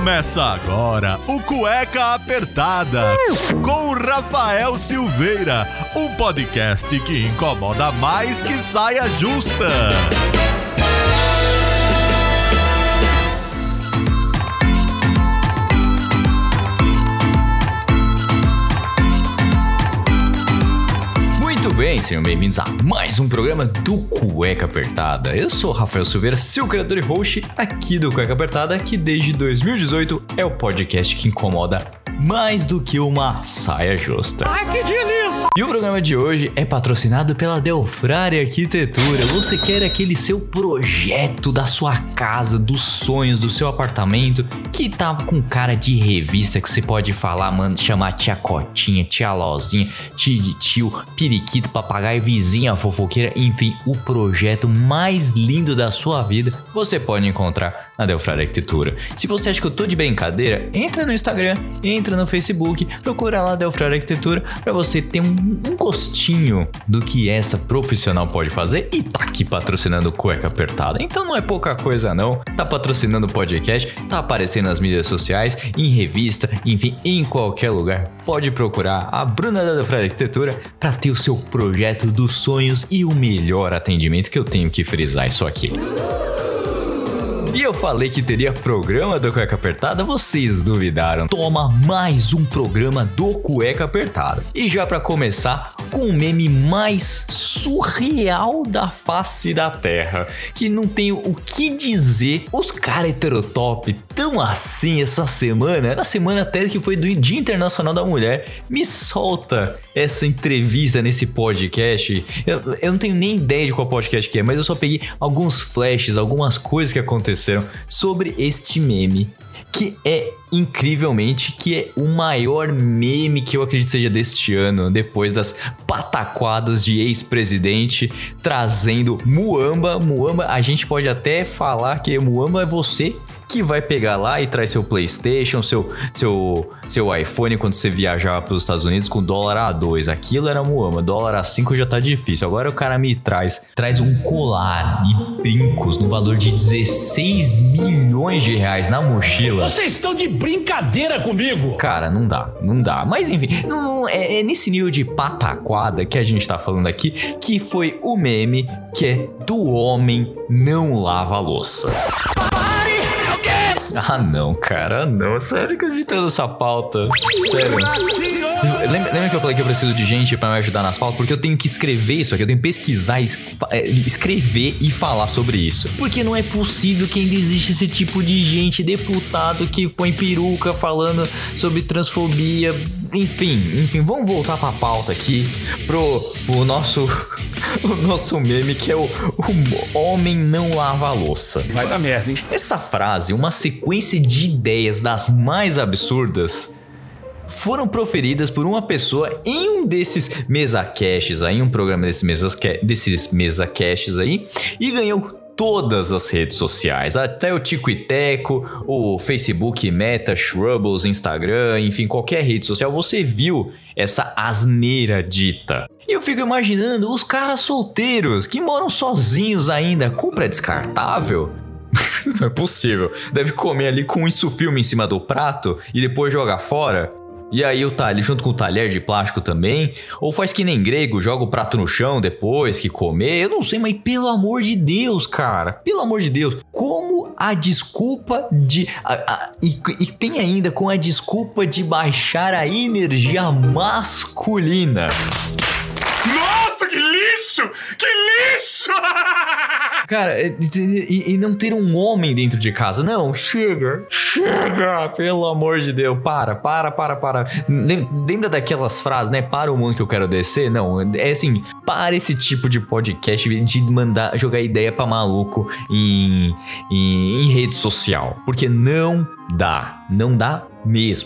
Começa agora o Cueca Apertada com o Rafael Silveira, um podcast que incomoda mais que saia justa. Muito bem, sejam bem-vindos a mais um programa do Cueca Apertada. Eu sou o Rafael Silveira, seu criador e host aqui do Cueca Apertada, que desde 2018 é o podcast que incomoda mais do que uma saia justa. Ai, que delícia! E o programa de hoje é patrocinado pela Delfrari Arquitetura. Você quer aquele seu projeto da sua casa, dos sonhos, do seu apartamento, que tá com cara de revista, que você pode falar, mano, chamar tia Cotinha, tia Lozinha, tio, periquito, papagaio, vizinha fofoqueira, enfim, o projeto mais lindo da sua vida, você pode encontrar na Delfrari Arquitetura. Se você acha que eu tô de brincadeira, entra no Instagram, entra no Facebook, procura lá Delfrari Arquitetura pra você ter um gostinho do que essa profissional pode fazer e tá aqui patrocinando o Cueca Apertada. Então não é pouca coisa não, tá patrocinando o podcast, tá aparecendo nas mídias sociais, em revista, enfim, em qualquer lugar. Pode procurar a Bruna da Delfrari Arquitetura pra ter o seu projeto dos sonhos e o melhor atendimento, que eu tenho que frisar isso aqui. E eu falei que teria programa do Cueca Apertada, vocês duvidaram. Toma mais um programa do Cueca Apertada. E já pra começar, com o meme mais surreal da face da terra, que não tem o que dizer. Os caras heterotop tão assim essa semana, na semana até que foi do Dia Internacional da Mulher. Me solta essa entrevista nesse podcast. Eu não tenho nem ideia de qual podcast que é, mas eu só peguei alguns flashes, algumas coisas que aconteceram sobre este meme, que é incrivelmente, que é o maior meme que eu acredito seja deste ano, depois das pataquadas de ex-presidente trazendo Muamba. Muamba, a gente pode até falar que Muamba é você que vai pegar lá e traz seu PlayStation, seu iPhone quando você viajar para os Estados Unidos com dólar a 2. Aquilo era Muamba, dólar a 5 já tá difícil. Agora o cara me traz um colar e brincos no valor de 16 milhões de reais na mochila. Vocês estão de brincadeira comigo? Cara, não dá. Mas enfim, não, é nesse nível de pataquada que a gente tá falando aqui, que foi o meme que é do homem não lava a louça. Ah não, cara, não. Sério que eu editando essa pauta? Sério. Lembra que eu falei que eu preciso de gente pra me ajudar nas pautas? Porque eu tenho que escrever isso aqui, eu tenho que pesquisar, escrever e falar sobre isso. Porque não é possível que ainda existe esse tipo de gente, deputado que põe peruca falando sobre transfobia. Enfim, vamos voltar pra pauta aqui, pro nosso meme, que é o homem não lava a louça. Vai dar merda, hein? Essa frase, uma sequência de ideias das mais absurdas, foram proferidas por uma pessoa em um desses mesacasts aí, um programa desses mesacasts aí, e ganhou todas as redes sociais, até o Tico e Teco, o Facebook, Meta, Shrubbles, Instagram, enfim, qualquer rede social, você viu essa asneira dita. E eu fico imaginando os caras solteiros que moram sozinhos ainda, compra descartável? Não é possível, deve comer ali com um insufilme em cima do prato e depois jogar fora. E aí o talher, junto com o talher de plástico também? Ou faz que nem grego, joga o prato no chão depois que comer? Eu não sei, mas pelo amor de Deus, cara. Pelo amor de Deus. Como a desculpa de... E tem ainda com a desculpa de baixar a energia masculina. Nossa, que lixo! Que lixo! Cara, e não ter um homem dentro de casa. Não, chega, pelo amor de Deus, para. Lembra daquelas frases, né? Para o mundo que eu quero descer? Não, é assim, para esse tipo de podcast de mandar jogar ideia pra maluco em rede social. Porque não dá mesmo.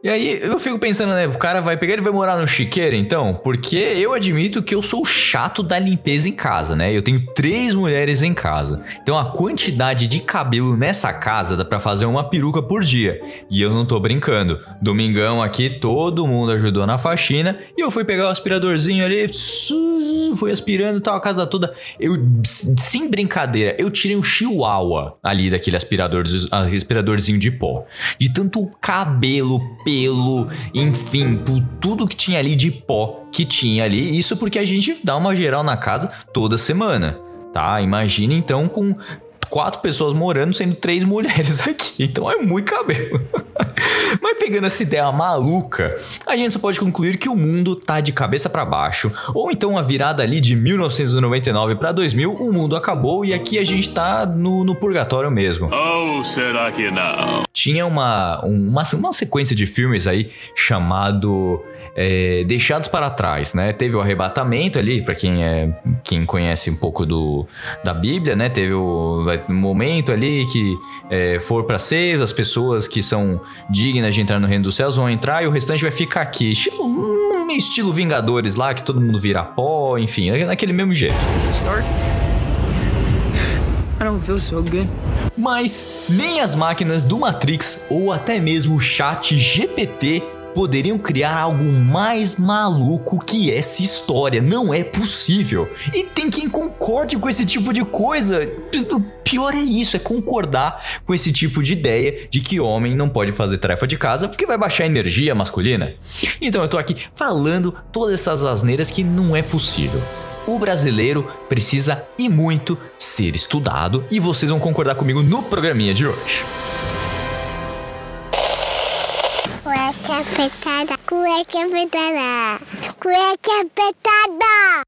E aí eu fico pensando, né? O cara vai pegar, ele vai morar no chiqueiro, então? Porque eu admito que eu sou o chato da limpeza em casa, né? Eu tenho 3 mulheres em casa. Então a quantidade de cabelo nessa casa dá pra fazer uma peruca por dia. E eu não tô brincando. Domingão aqui, todo mundo ajudou na faxina. E eu fui pegar o aspiradorzinho ali, fui aspirando e tal, a casa toda. Eu, sem brincadeira, eu tirei um chihuahua ali daquele aspiradorzinho de pó. De tanto cabelo, pelo, enfim, tudo que tinha ali de pó que tinha ali. Isso porque a gente dá uma geral na casa toda semana, tá? Imagina então com 4 pessoas morando, sendo 3 mulheres aqui. Então é muito cabelo. Mas pegando essa ideia maluca, a gente só pode concluir que o mundo tá de cabeça pra baixo. Ou então a virada ali de 1999 pra 2000, o mundo acabou e aqui a gente tá no purgatório mesmo. Ou será que não? Tinha uma sequência de filmes aí chamado Deixados para Trás, né? Teve o arrebatamento ali, pra quem conhece um pouco da Bíblia, né? Teve o momento ali que for pra ser, as pessoas que são dignas de entrar no reino dos céus vão entrar e o restante vai ficar aqui. Meio estilo Vingadores lá, que todo mundo vira pó, enfim, naquele mesmo jeito. I don't feel so good. Mas nem as máquinas do Matrix ou até mesmo o chat GPT poderiam criar algo mais maluco que essa história. Não é possível. E tem quem concorde com esse tipo de coisa. O pior é isso, é concordar com esse tipo de ideia de que homem não pode fazer tarefa de casa porque vai baixar a energia masculina. Então eu tô aqui falando todas essas asneiras que não é possível. O brasileiro precisa e muito ser estudado e vocês vão concordar comigo no programinha de hoje. Cueca apertada, cueca apertada, cueca apertada.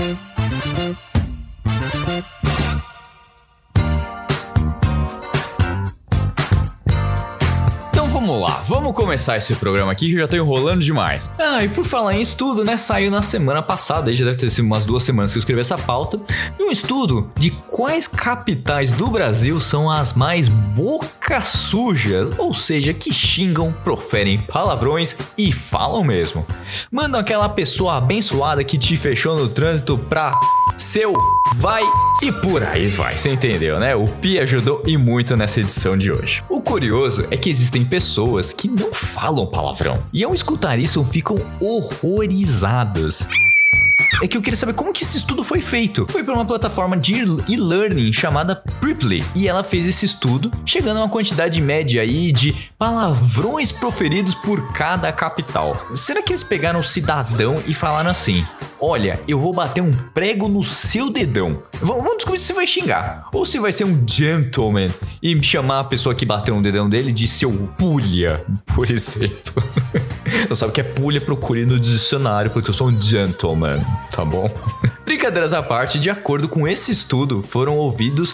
Então vamos lá, vamos começar esse programa aqui que eu já tô enrolando demais. E por falar em estudo, né, saiu na semana passada, já deve ter sido umas 2 semanas que eu escrevi essa pauta, um estudo de quais capitais do Brasil são as mais boca sujas, ou seja, que xingam, proferem palavrões e falam mesmo. Mandam aquela pessoa abençoada que te fechou no trânsito pra seu, vai e por aí vai, você entendeu, né? O Pi ajudou e muito nessa edição de hoje. O curioso é que existem pessoas que não falam palavrão e ao escutar isso ficam horrorizadas. É que eu queria saber como que esse estudo foi feito. Foi por uma plataforma de e-learning chamada Preply. E ela fez esse estudo, chegando a uma quantidade média aí de palavrões proferidos por cada capital. Será que eles pegaram o cidadão e falaram assim: olha, eu vou bater um prego no seu dedão. Vamos descobrir se vai xingar. Ou se vai ser um gentleman e chamar a pessoa que bateu no dedão dele de seu pulha, por exemplo. Não sabe o que é pulha? Procure no dicionário, porque eu sou um gentleman, tá bom? Brincadeiras à parte, de acordo com esse estudo, foram ouvidos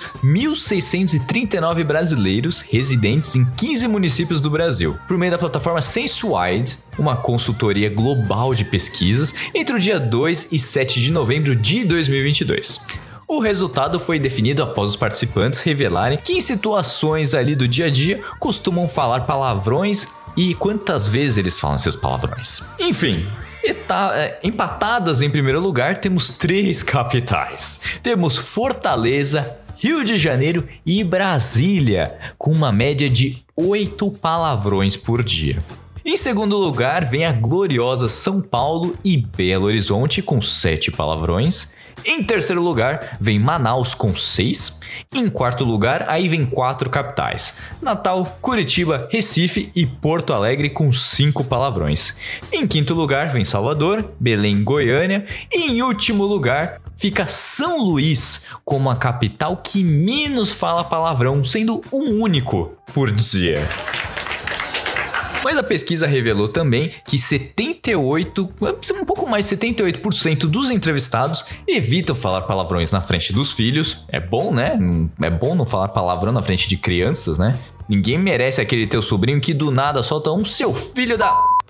1.639 brasileiros residentes em 15 municípios do Brasil, por meio da plataforma Sensuide, uma consultoria global de pesquisas, entre o dia 2 e 7 de novembro de 2022. O resultado foi definido após os participantes revelarem que em situações ali do dia a dia costumam falar palavrões e quantas vezes eles falam esses palavrões. Enfim, empatadas em primeiro lugar temos 3 capitais. Temos Fortaleza, Rio de Janeiro e Brasília, com uma média de 8 palavrões por dia. Em segundo lugar vem a gloriosa São Paulo e Belo Horizonte com 7 palavrões. Em terceiro lugar vem Manaus com 6. Em quarto lugar aí vem 4 capitais: Natal, Curitiba, Recife e Porto Alegre com 5 palavrões. Em quinto lugar vem Salvador, Belém, Goiânia. E em último lugar fica São Luís como a capital que menos fala palavrão, sendo um único por dia. Mas a pesquisa revelou também que 78% dos entrevistados evitam falar palavrões na frente dos filhos. É bom, né? É bom não falar palavrão na frente de crianças, né? Ninguém merece aquele teu sobrinho que do nada solta um seu filho da...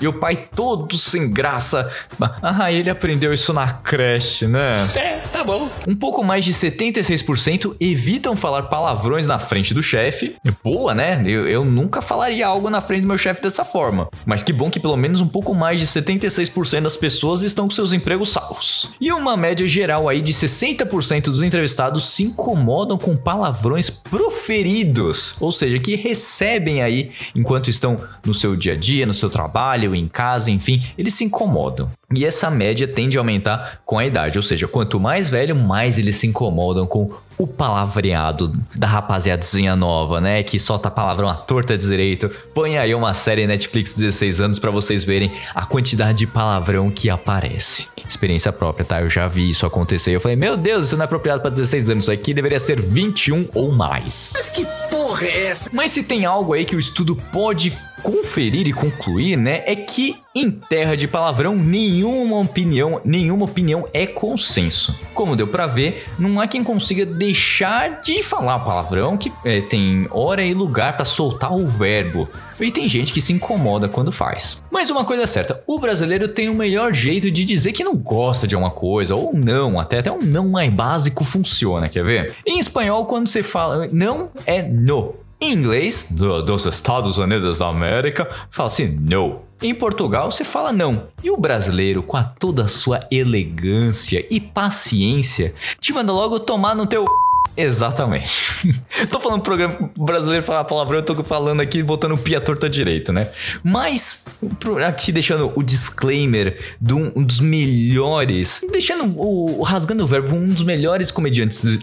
E o pai todo sem graça. Ele aprendeu isso na creche, né? Tá bom. Um pouco mais de 76% evitam falar palavrões na frente do chefe. Boa, né? Eu nunca falaria algo na frente do meu chefe dessa forma. Mas que bom que pelo menos um pouco mais de 76% das pessoas estão com seus empregos salvos. E uma média geral aí de 60% dos entrevistados se incomodam com palavrões proferidos. Ou seja, que recebem aí enquanto estão no seu dia a dia, no seu trabalho, em casa, enfim, eles se incomodam. E essa média tende a aumentar com a idade, ou seja, quanto mais velho, mais eles se incomodam com o palavreado da rapaziadazinha nova, né? Que solta palavrão à torta direito. Põe aí uma série Netflix 16 anos pra vocês verem a quantidade de palavrão que aparece. Experiência própria, tá? Eu já vi isso acontecer. Eu falei, meu Deus, isso não é apropriado pra 16 anos. Isso aqui deveria ser 21 ou mais. Mas que porra é essa? Mas se tem algo aí que o estudo pode conferir e concluir, né, é que em terra de palavrão nenhuma opinião é consenso. Como deu pra ver, não há quem consiga deixar de falar palavrão, que tem hora e lugar pra soltar o verbo. E tem gente que se incomoda quando faz. Mas uma coisa é certa, o brasileiro tem o melhor jeito de dizer que não gosta de uma coisa, ou não, até um não mais básico funciona, quer ver? Em espanhol, quando você fala não, é no. Em inglês, dos Estados Unidos da América, fala assim, no. Em Portugal, você fala não. E o brasileiro, com toda a sua elegância e paciência, te manda logo tomar no teu... Exatamente. Tô falando pro programa brasileiro falar palavrão, eu tô falando aqui, botando o pia torta direito, né? Mas, aqui deixando o disclaimer de um dos melhores, rasgando o verbo, um dos melhores comediantes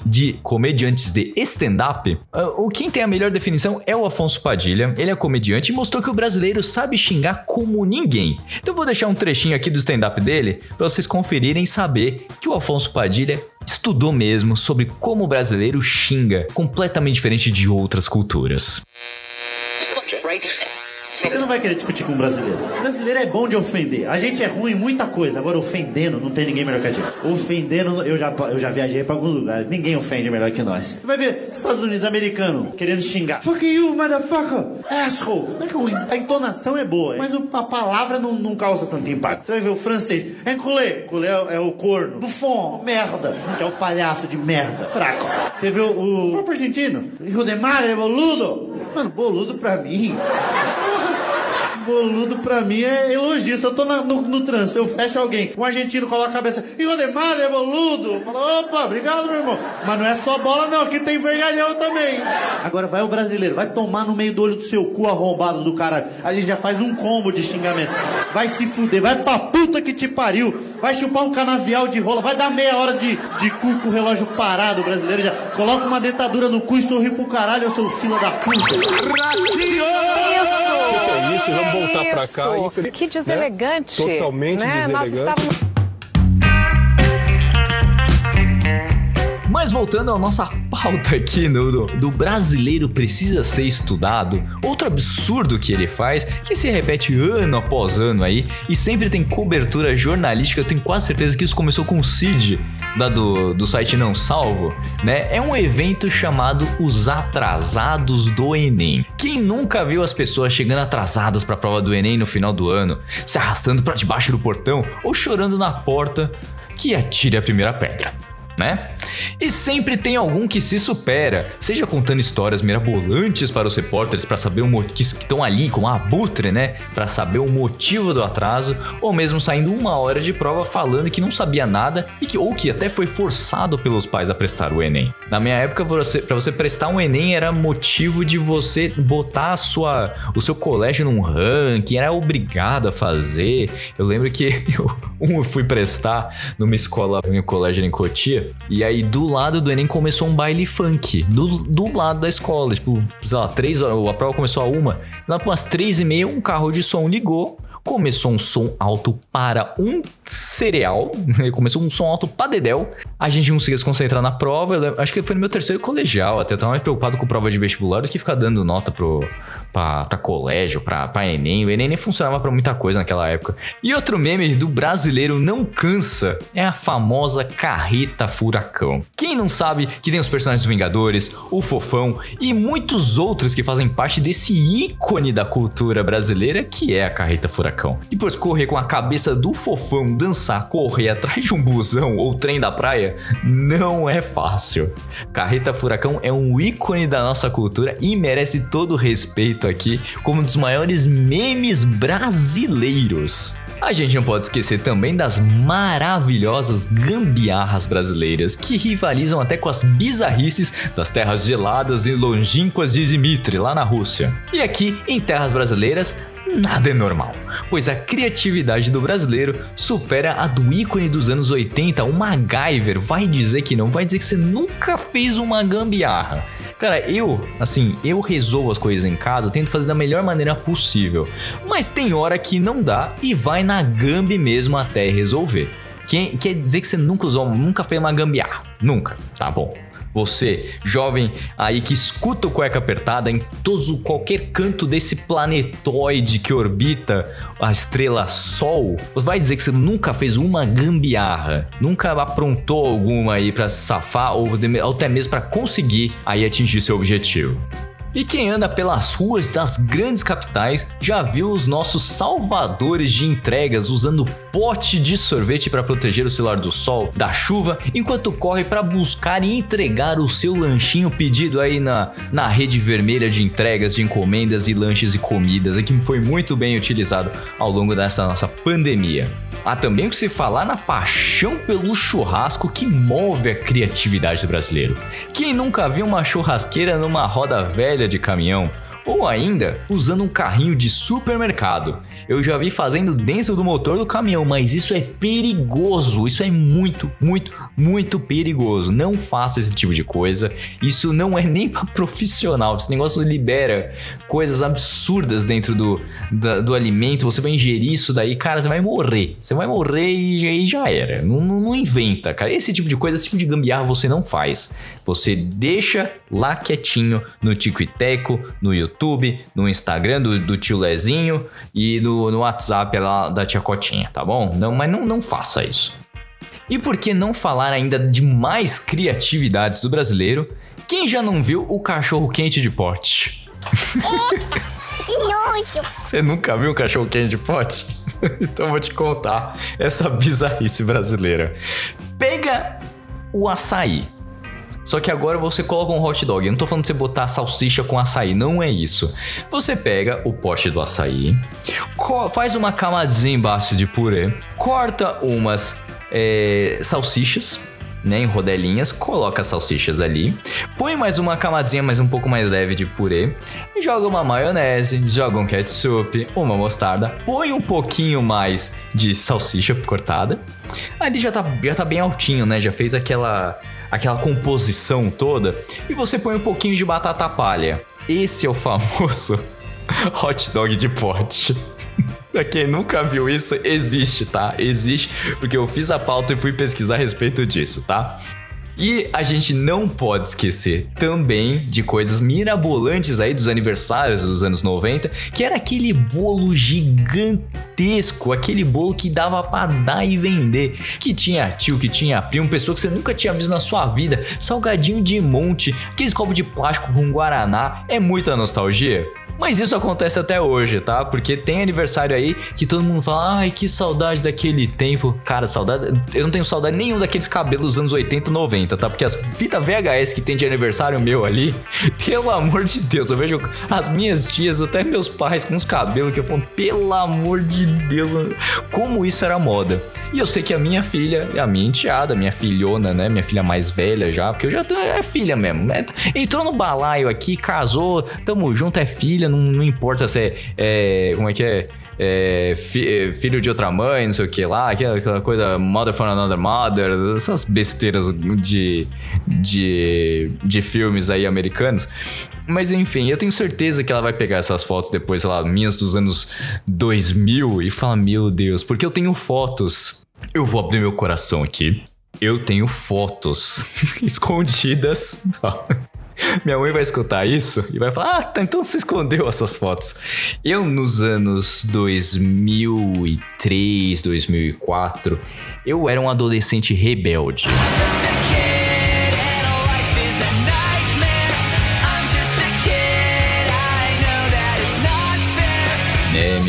de stand-up. Quem tem a melhor definição é o Afonso Padilha. Ele é comediante e mostrou que o brasileiro sabe xingar como ninguém. Então vou deixar um trechinho aqui do stand-up dele pra vocês conferirem e saber que o Afonso Padilha estudou mesmo sobre como o brasileiro xinga, completamente diferente de outras culturas. Você não vai querer discutir com um brasileiro. O brasileiro é bom de ofender. A gente é ruim em muita coisa. Agora, ofendendo, não tem ninguém melhor que a gente. Ofendendo, eu já viajei pra alguns lugares. Ninguém ofende melhor que nós. Você vai ver Estados Unidos, americano, querendo xingar. Fuck you, motherfucker, asshole. Não é ruim. A entonação é boa, mas a palavra não causa tanto impacto. Você vai ver o francês. Enculé. Enculé é o corno. Buffon, merda. Que é o palhaço de merda. Fraco. Você vê o próprio argentino. Hijo de madre, boludo. Mano, boludo pra mim... Boludo pra mim é elogio. Se eu tô no trânsito, eu fecho alguém, um argentino coloca a cabeça, hijo de madre, boludo. Eu falo, opa, obrigado, meu irmão. Mas não é só bola não, aqui tem vergalhão também. Agora vai o brasileiro, vai tomar no meio do olho do seu cu arrombado do caralho. A gente já faz um combo de xingamento. Vai se fuder, vai pra puta que te pariu. Vai chupar um canavial de rola, vai dar meia hora de cu com o relógio parado. O brasileiro já coloca uma dentadura no cu e sorri pro caralho, eu sou fila da puta. Isso, vamos voltar pra cá. Que deselegante. Né? Totalmente deselegante. Nós estávamos... Mas voltando à nossa pauta aqui do brasileiro precisa ser estudado, outro absurdo que ele faz, que se repete ano após ano aí, e sempre tem cobertura jornalística, eu tenho quase certeza que isso começou com o Cid, do site Não Salvo, né? É um evento chamado Os Atrasados do Enem. Quem nunca viu as pessoas chegando atrasadas pra prova do Enem no final do ano, se arrastando pra debaixo do portão ou chorando na porta que atire a primeira pedra, né? E sempre tem algum que se supera, seja contando histórias mirabolantes para os repórteres para saber que estão ali com a abutre, né, para saber o motivo do atraso, ou mesmo saindo uma hora de prova falando que não sabia nada ou que até foi forçado pelos pais a prestar o Enem. Na minha época, para você prestar um Enem era motivo de você botar o seu colégio num ranking, era obrigado a fazer. Eu lembro que eu fui prestar numa escola, no meu colégio em Cotia, e aí do lado do Enem começou um baile funk, do lado da escola, tipo, sei lá, 3 horas, a prova começou a 1, lá por umas 3h30 um carro de som ligou, começou um som alto para um cereal, começou um som alto pra dedéu, a gente não conseguia se concentrar na prova, acho que foi no meu terceiro colegial, até tava mais preocupado com prova de vestibular do que ficar dando nota pra colégio, pra Enem. O Enem nem funcionava pra muita coisa naquela época. E outro meme do brasileiro não cansa é a famosa carreta furacão. Quem não sabe que tem os personagens dos Vingadores, o Fofão e muitos outros que fazem parte desse ícone da cultura brasileira que é a carreta furacão. Furacão. Depois correr com a cabeça do fofão, dançar, correr atrás de um busão ou trem da praia, não é fácil. Carreta Furacão é um ícone da nossa cultura e merece todo o respeito aqui como um dos maiores memes brasileiros. A gente não pode esquecer também das maravilhosas gambiarras brasileiras que rivalizam até com as bizarrices das terras geladas e longínquas de Dmitry lá na Rússia. E aqui, em terras brasileiras, nada é normal, pois a criatividade do brasileiro supera a do ícone dos anos 80, o MacGyver. Vai dizer que não, vai dizer que você nunca fez uma gambiarra. Cara, eu resolvo as coisas em casa, tento fazer da melhor maneira possível, mas tem hora que não dá e vai na gambi mesmo até resolver. Quer dizer que você nunca fez uma gambiarra? Nunca, tá bom. Você, jovem aí que escuta o Cueca Apertada em qualquer canto desse planetoide que orbita a estrela Sol, vai dizer que você nunca fez uma gambiarra, nunca aprontou alguma aí pra se safar ou até mesmo pra conseguir aí atingir seu objetivo. E quem anda pelas ruas das grandes capitais já viu os nossos salvadores de entregas usando pote de sorvete para proteger o celular do sol, da chuva, enquanto corre para buscar e entregar o seu lanchinho pedido aí na rede vermelha de entregas de encomendas e lanches e comidas, que foi muito bem utilizado ao longo dessa nossa pandemia. Há também o que se falar na paixão pelo churrasco que move a criatividade do brasileiro. Quem nunca viu uma churrasqueira numa roda velha de caminhão? Ou ainda, usando um carrinho de supermercado. Eu já vi fazendo dentro do motor do caminhão, mas isso é perigoso. Isso é muito, muito, muito perigoso. Não faça esse tipo de coisa. Isso não é nem pra profissional. Esse negócio libera coisas absurdas dentro do alimento. Você vai ingerir isso daí, cara, você vai morrer. Você vai morrer e aí já era. Não inventa, cara. Esse tipo de coisa, esse tipo de gambiarra você não faz. Você deixa lá quietinho no Tico e Teco, no YouTube, no Instagram do tio Lezinho e no WhatsApp lá da tia Cotinha, tá bom? Mas não faça isso. E por que não falar ainda de mais criatividades do brasileiro? Quem já não viu o cachorro quente de pote? Que nojo! Você nunca viu um cachorro quente de pote? Então eu vou te contar essa bizarrice brasileira. Pega o açaí. Só que agora você coloca um hot dog. Eu não tô falando pra você botar salsicha com açaí, não é isso. Você pega o pote do açaí, faz uma camadinha embaixo de purê, corta umas salsichas, né, em rodelinhas, coloca as salsichas ali, põe mais uma camadinha um pouco mais leve de purê, joga uma maionese, joga um ketchup, uma mostarda, põe um pouquinho mais de salsicha cortada. Ali já tá bem altinho, né? Já fez aquela composição toda. E você põe um pouquinho de batata palha. Esse é o famoso hot dog de pote. Pra quem nunca viu isso, existe, tá? Existe, porque eu fiz a pauta e fui pesquisar a respeito disso, tá? E a gente não pode esquecer também de coisas mirabolantes aí dos aniversários dos anos 90, que era aquele bolo gigantesco, aquele bolo que dava pra dar e vender, que tinha tio, que tinha primo, pessoa que você nunca tinha visto na sua vida, salgadinho de monte, aqueles copos de plástico com guaraná. É muita nostalgia? Mas isso acontece até hoje, tá? Porque tem aniversário aí que todo mundo fala: ai, que saudade daquele tempo. Cara, saudade... Eu não tenho saudade nenhum daqueles cabelos dos anos 80 e 90, tá? Porque as fitas VHS que tem de aniversário meu ali, pelo amor de Deus, eu vejo as minhas tias, até meus pais com os cabelos que eu falo: pelo amor de Deus, como isso era moda. E eu sei que a minha filha, a minha enteada, minha filhona, né? Minha filha mais velha já, porque eu já tenho, é filha mesmo, né? Entrou no balaio aqui, casou, tamo junto, é filha. Não importa se como é que é, filho de outra mãe, não sei o que lá, aquela coisa, mother from another mother, essas besteiras de filmes aí americanos. Mas enfim, eu tenho certeza que ela vai pegar essas fotos depois, sei lá, minhas dos anos 2000 e falar: meu Deus, porque eu tenho fotos. Eu vou abrir meu coração aqui. Eu tenho fotos escondidas. Minha mãe vai escutar isso e vai falar: ah, tá, então você escondeu essas fotos. Eu, nos anos 2003, 2004, eu era um adolescente rebelde.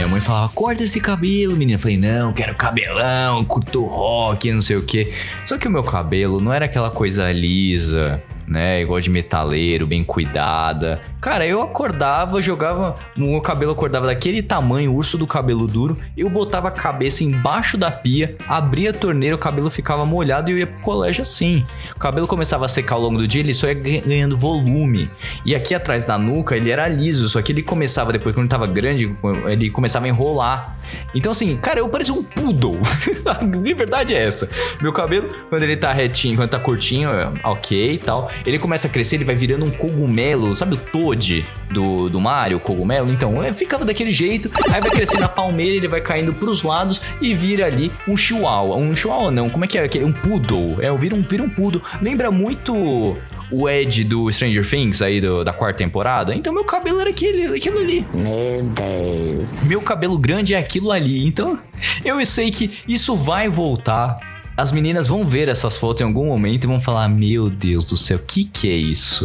Minha mãe falava, corta esse cabelo, menina. Eu falei, não, quero cabelão, curto rock, não sei o que. Só que o meu cabelo não era aquela coisa lisa, né, igual de metaleiro, bem cuidada. Cara, eu acordava, jogava, o meu cabelo acordava daquele tamanho, urso do cabelo duro. Eu botava a cabeça embaixo da pia, abria a torneira, o cabelo ficava molhado e eu ia pro colégio assim. O cabelo começava a secar ao longo do dia, ele só ia ganhando volume. E aqui atrás da nuca ele era liso, só que ele começava, depois quando ele tava grande, ele começava a enrolar. Então assim, cara, eu parecia um poodle. A verdade é essa. Meu cabelo, quando ele tá retinho, quando tá curtinho, ok e tal, ele começa a crescer, ele vai virando um cogumelo, sabe o Toad do Mario, o cogumelo? Então, ficava daquele jeito, aí vai crescendo a palmeira, ele vai caindo pros lados e vira ali um chihuahua. Um chihuahua não, como é que é aquele? Um poodle, vira um poodle. Lembra muito o Ed do Stranger Things aí da 4ª temporada. Então meu cabelo era aquilo ali. Meu Deus. Meu cabelo grande é aquilo ali. Então eu sei que isso vai voltar. As meninas vão ver essas fotos em algum momento e vão falar, meu Deus do céu, que é isso?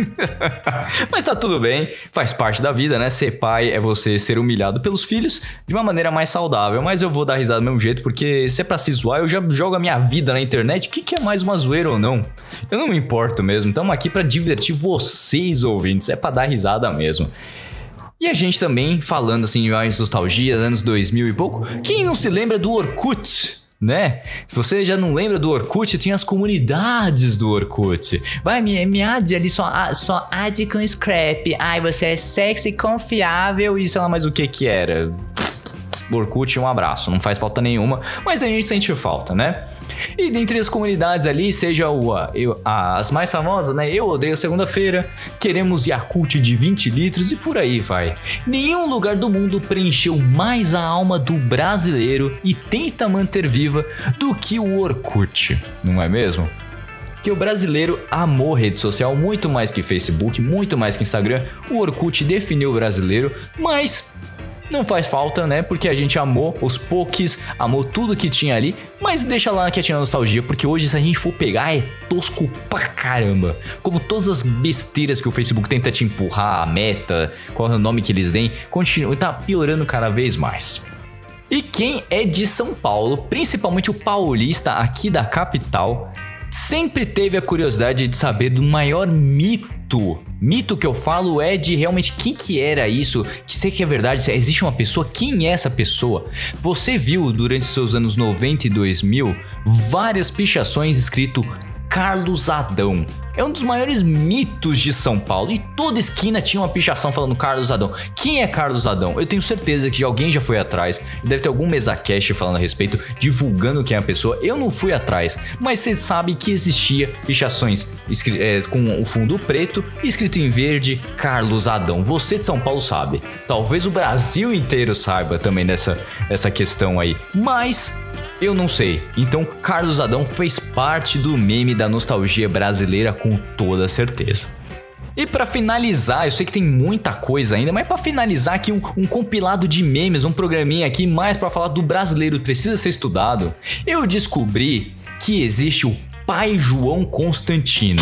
Mas tá tudo bem, faz parte da vida, né? Ser pai é você ser humilhado pelos filhos de uma maneira mais saudável. Mas eu vou dar risada do mesmo jeito, porque se é pra se zoar, eu já jogo a minha vida na internet. O que é mais uma zoeira ou não? Eu não me importo mesmo, estamos aqui pra divertir vocês, ouvintes. É pra dar risada mesmo. E a gente também, falando assim, mais nostalgia, anos 2000 e pouco, quem não se lembra do Orkut? Né? Se você já não lembra do Orkut, tinha as comunidades do Orkut. Vai, me ade ali, só ade com scrap. Ai, você é sexy, confiável e sei lá mais o que era. Orkut, um abraço, não faz falta nenhuma, mas a gente sente falta, né? E dentre as comunidades ali, seja as mais famosas, né? Eu odeio segunda-feira, queremos Yakult de 20 litros e por aí vai. Nenhum lugar do mundo preencheu mais a alma do brasileiro e tenta manter viva do que o Orkut, não é mesmo? Que o brasileiro amou rede social muito mais que Facebook, muito mais que Instagram. O Orkut definiu o brasileiro, mas não faz falta, né? Porque a gente amou os pokés, amou tudo que tinha ali. Mas deixa lá que tinha nostalgia, porque hoje se a gente for pegar é tosco pra caramba. Como todas as besteiras que o Facebook tenta te empurrar, a meta, qual é o nome que eles deem, continua, tá piorando cada vez mais. E quem é de São Paulo, principalmente o paulista aqui da capital, sempre teve a curiosidade de saber do maior mito. Mito que eu falo é de realmente quem que era isso, que sei que é verdade, se existe uma pessoa, quem é essa pessoa? Você viu durante seus anos 90 e 2000 várias pichações escrito Carlos Adão. É um dos maiores mitos de São Paulo e toda esquina tinha uma pichação falando Carlos Adão. Quem é Carlos Adão? Eu tenho certeza que alguém já foi atrás, deve ter algum mesacast falando a respeito, divulgando quem é a pessoa. Eu não fui atrás, mas você sabe que existia pichações com o fundo preto e escrito em verde Carlos Adão. Você de São Paulo sabe, talvez o Brasil inteiro saiba também dessa questão aí, mas eu não sei. Então Carlos Adão fez parte do meme da nostalgia brasileira com toda certeza. E pra finalizar, eu sei que tem muita coisa ainda, mas pra finalizar aqui um compilado de memes, um programinha aqui mais pra falar do brasileiro precisa ser estudado. Eu descobri que existe o Pai João Constantino.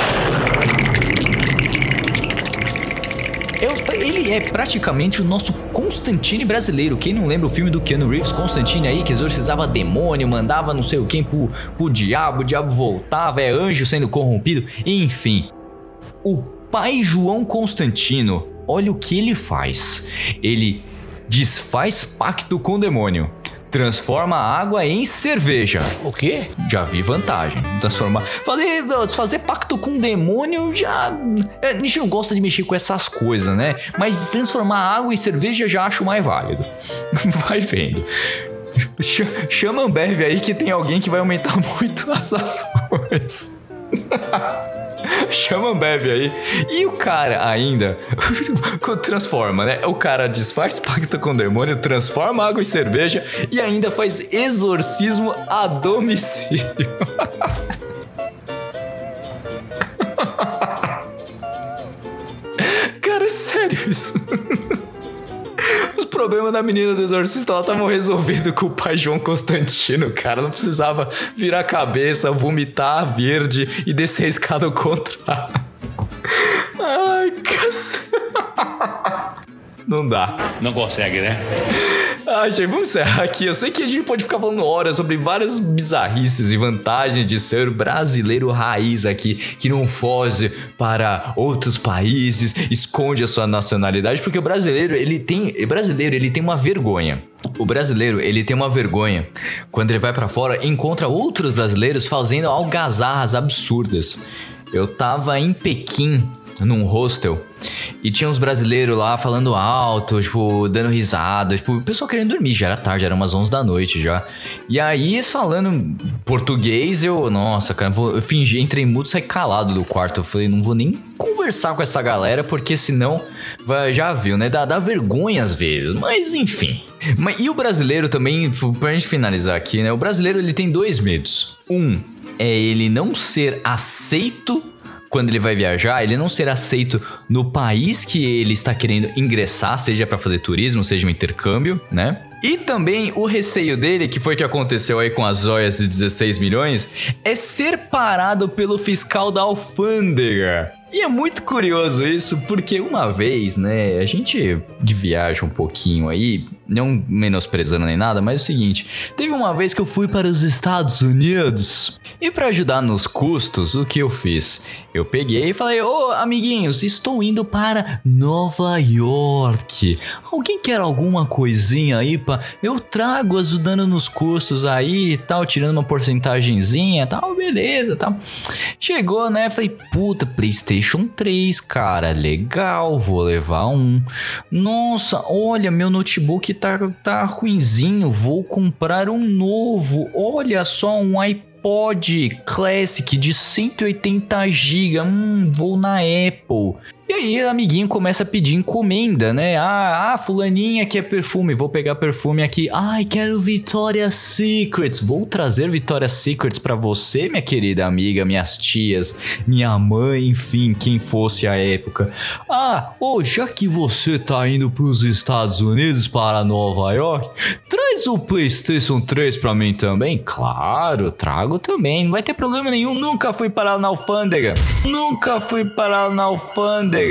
Ele é praticamente o nosso Constantine brasileiro. Quem não lembra o filme do Keanu Reeves, Constantine aí, que exorcizava demônio, mandava não sei o quem pro diabo, o diabo voltava, é anjo sendo corrompido, enfim. O Pai João Constantino, olha o que ele faz. Ele desfaz pacto com o demônio, transforma a água em cerveja. O quê? Já vi vantagem. Fazer pacto com o demônio já... A gente não gosta de mexer com essas coisas, né? Mas transformar água em cerveja já acho mais válido. Vai vendo. Chama a Ambev aí que tem alguém que vai aumentar muito as ações. Chama a Ambev aí. E o cara ainda transforma, né? O cara desfaz pacto com o demônio, transforma água em cerveja e ainda faz exorcismo a domicílio. Cara, é sério isso? Os problemas da menina do exorcista lá estavam resolvidos com o Pai João Constantino, cara. Não precisava virar a cabeça, vomitar verde e descer a escada ao contrário. Ai, cacete. Não dá. Não consegue, né? Gente, vamos encerrar aqui. Eu sei que a gente pode ficar falando horas sobre várias bizarrices e vantagens de ser brasileiro raiz aqui, que não foge para outros países, esconde a sua nacionalidade, porque o brasileiro, ele tem uma vergonha. O brasileiro, ele tem uma vergonha quando ele vai pra fora e encontra outros brasileiros fazendo algazarras absurdas. Eu tava em Pequim, num hostel, e tinha uns brasileiros lá falando alto, tipo, dando risada, tipo, o pessoal querendo dormir, já era tarde, era umas 11 da noite já. E aí, falando português, nossa, cara, eu fingi, entrei mudo e saí calado do quarto. Eu falei, não vou nem conversar com essa galera, porque senão, já viu, né, dá vergonha às vezes, mas enfim. E o brasileiro também, pra gente finalizar aqui, né, o brasileiro, ele tem 2 medos. É ele não ser aceito quando ele vai viajar, ele não ser aceito no país que ele está querendo ingressar, seja para fazer turismo, seja um intercâmbio, né? E também o receio dele, que foi o que aconteceu aí com as joias de 16 milhões, é ser parado pelo fiscal da alfândega. E é muito curioso isso, porque uma vez, né, a gente viaja um pouquinho aí, não menosprezando nem nada, mas é o seguinte, teve uma vez que eu fui para os Estados Unidos, e para ajudar nos custos, o que eu fiz? Eu peguei e falei, amiguinhos, estou indo para Nova York, alguém quer alguma coisinha aí, eu trago ajudando nos custos aí e tal, tirando uma porcentagenzinha e tal, beleza, tal. Chegou, né, falei, puta, PlayStation 3, cara, legal, vou levar um. Nossa, olha, meu notebook tá ruinzinho, vou comprar um novo. Olha só, um iPod Classic de 180 GB, vou na Apple. E aí, amiguinho começa a pedir encomenda, né? Fulaninha quer perfume, vou pegar perfume aqui. Ai, quero Victoria's Secrets. Vou trazer Victoria's Secrets pra você, minha querida amiga, minhas tias, minha mãe, enfim, quem fosse a época. Já que você tá indo pros Estados Unidos, para Nova York, traz o PlayStation 3 pra mim também. Claro, trago também, não vai ter problema nenhum. Nunca fui parar na alfândega. Nunca fui parar na alfândega.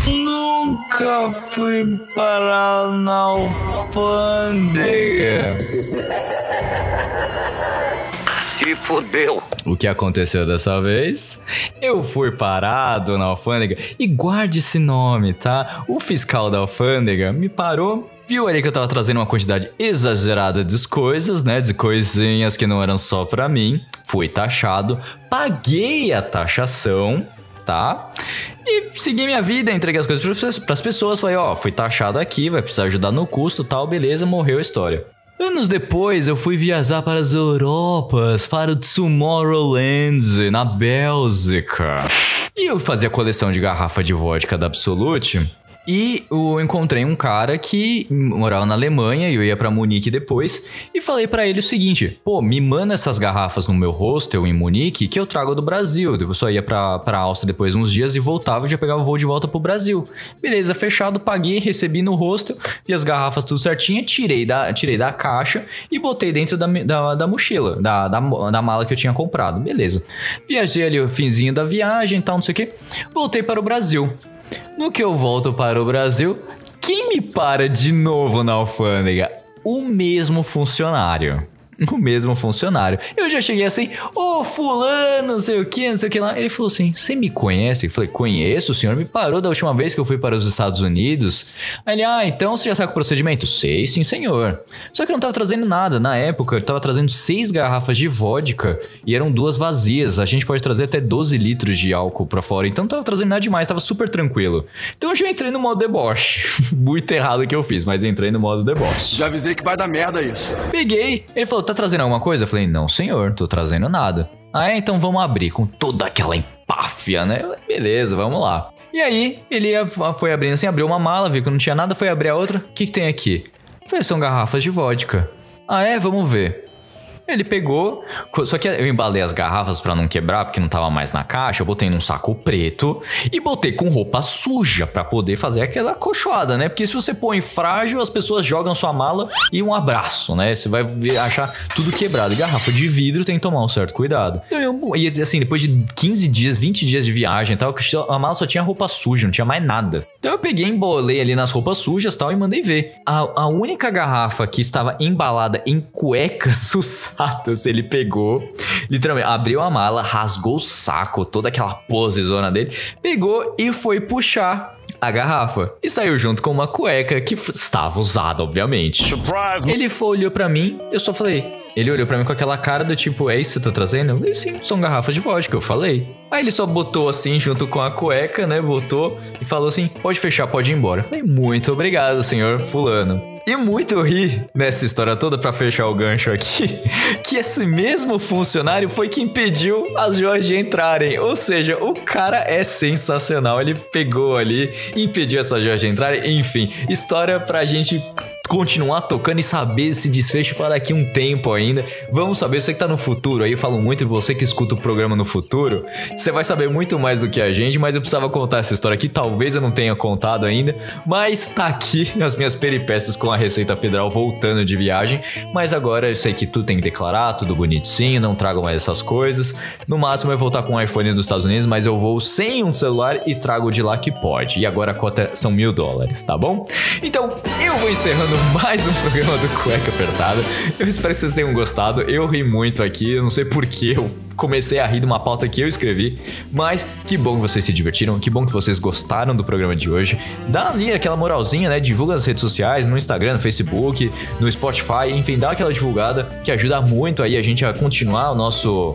Se fudeu. O que aconteceu dessa vez? Eu fui parado na alfândega, e guarde esse nome, tá? O fiscal da alfândega me parou, viu ali que eu tava trazendo uma quantidade exagerada de coisas, né? De coisinhas que não eram só pra mim. Fui taxado, paguei a taxação, tá? E segui minha vida, entreguei as coisas pras pessoas, falei, fui taxado aqui, vai precisar ajudar no custo, tal, beleza, morreu a história. Anos depois, eu fui viajar para as Europas, para o Tomorrowland, na Bélgica. E eu fazia coleção de garrafa de vodka da Absolut. E eu encontrei um cara que morava na Alemanha e eu ia pra Munique depois. E falei pra ele o seguinte, me manda essas garrafas no meu hostel em Munique que eu trago do Brasil. Eu só ia pra Áustria depois uns dias e voltava e já pegava o voo de volta pro Brasil. Beleza, fechado, paguei, recebi no hostel e as garrafas tudo certinho, tirei da caixa e botei dentro da mochila, da mala que eu tinha comprado. Beleza. Viajei ali o finzinho da viagem e tal, não sei o que. Voltei para o Brasil. No que eu volto para o Brasil, quem me para de novo na alfândega? O mesmo funcionário. Eu já cheguei assim, fulano, não sei o que lá. Ele falou assim, você me conhece? Eu falei, conheço, o senhor me parou da última vez que eu fui para os Estados Unidos. Aí ele, então você já sabe o procedimento? Sei, sim senhor. Só que eu não tava trazendo nada, na época eu tava trazendo 6 garrafas de vodka e eram 2 vazias. A gente pode trazer até 12 litros de álcool pra fora, então não tava trazendo nada demais, tava super tranquilo. Então eu já entrei no modo deboche. Muito errado o que eu fiz, mas entrei no modo deboche. Já avisei que vai dar merda isso. Peguei, ele falou, tá trazendo alguma coisa? Eu falei, não senhor, tô trazendo nada. Então vamos abrir com toda aquela empáfia, né? Beleza, vamos lá. E aí, ele foi abrindo assim, abriu uma mala, viu que não tinha nada, foi abrir a outra. O que tem aqui? Eu falei, são garrafas de vodka. Vamos ver. Ele pegou, só que eu embalei as garrafas pra não quebrar, porque não tava mais na caixa. Eu botei num saco preto e botei com roupa suja pra poder fazer aquela cochoada, né? Porque se você põe frágil, as pessoas jogam sua mala e um abraço, né? Você vai achar tudo quebrado. E garrafa de vidro tem que tomar um certo cuidado. E assim, depois de 15 dias, 20 dias de viagem e tal, a mala só tinha roupa suja, não tinha mais nada. Então eu peguei, embolei ali nas roupas sujas e tal e mandei ver. A única garrafa que estava embalada em cuecas usadas, ele pegou, literalmente abriu a mala, rasgou o saco, toda aquela posezona dele, pegou e foi puxar a garrafa e saiu junto com uma cueca que estava usada, obviamente. Surprise! Ele olhou pra mim, eu só falei... Ele olhou pra mim com aquela cara do tipo, é isso que você tá trazendo? Eu falei, sim, são garrafas de vodka, eu falei. Aí ele só botou assim, junto com a cueca, né, botou e falou assim, pode fechar, pode ir embora. Eu falei, muito obrigado, senhor fulano. E muito ri nessa história toda, pra fechar o gancho aqui, que esse mesmo funcionário foi que impediu as joias de entrarem. Ou seja, o cara é sensacional, ele pegou ali, impediu essas joias de entrarem. Enfim, história pra gente... continuar tocando e saber esse desfecho para daqui um tempo ainda. Vamos saber, você que tá no futuro aí, eu falo muito, e você que escuta o programa no futuro, você vai saber muito mais do que a gente, mas eu precisava contar essa história aqui, talvez eu não tenha contado ainda, mas tá aqui as minhas peripécias com a Receita Federal voltando de viagem, mas agora eu sei que tudo tem que declarar, tudo bonitinho, não trago mais essas coisas, no máximo eu vou voltar com um iPhone dos Estados Unidos, mas eu vou sem um celular e trago de lá que pode, e agora a cota são $1.000, tá bom? Então, eu vou encerrando mais um programa do Cueca Apertada. Eu espero que vocês tenham gostado. Eu ri muito aqui, eu não sei porquê, eu comecei a rir de uma pauta que eu escrevi, mas que bom que vocês se divertiram, que bom que vocês gostaram do programa de hoje. Dá ali aquela moralzinha, né? Divulga nas redes sociais, no Instagram, no Facebook, no Spotify, enfim, dá aquela divulgada que ajuda muito aí a gente a continuar o nosso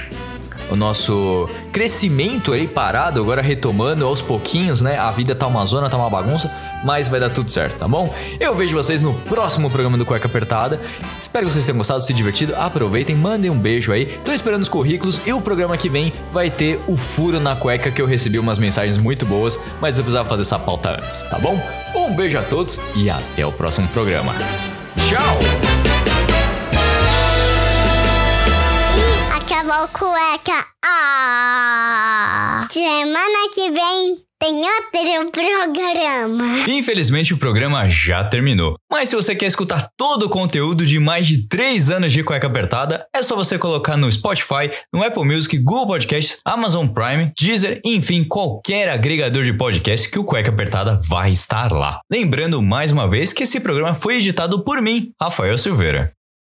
crescimento aí parado, agora retomando aos pouquinhos, né? A vida tá uma zona, tá uma bagunça, mas vai dar tudo certo, tá bom? Eu vejo vocês no próximo programa do Cueca Apertada. Espero que vocês tenham gostado, se divertido. Aproveitem, mandem um beijo aí. Tô esperando os currículos e o programa que vem vai ter o furo na cueca, que eu recebi umas mensagens muito boas, mas eu precisava fazer essa pauta antes, tá bom? Um beijo a todos e até o próximo programa. Tchau! Acabou cueca. Semana que vem tem outro programa. Infelizmente o programa já terminou. Mas se você quer escutar todo o conteúdo de mais de 3 anos de Cueca Apertada, é só você colocar no Spotify, no Apple Music, Google Podcasts, Amazon Prime, Deezer, enfim, qualquer agregador de podcast que o Cueca Apertada vai estar lá. Lembrando mais uma vez que esse programa foi editado por mim, Rafael Silveira.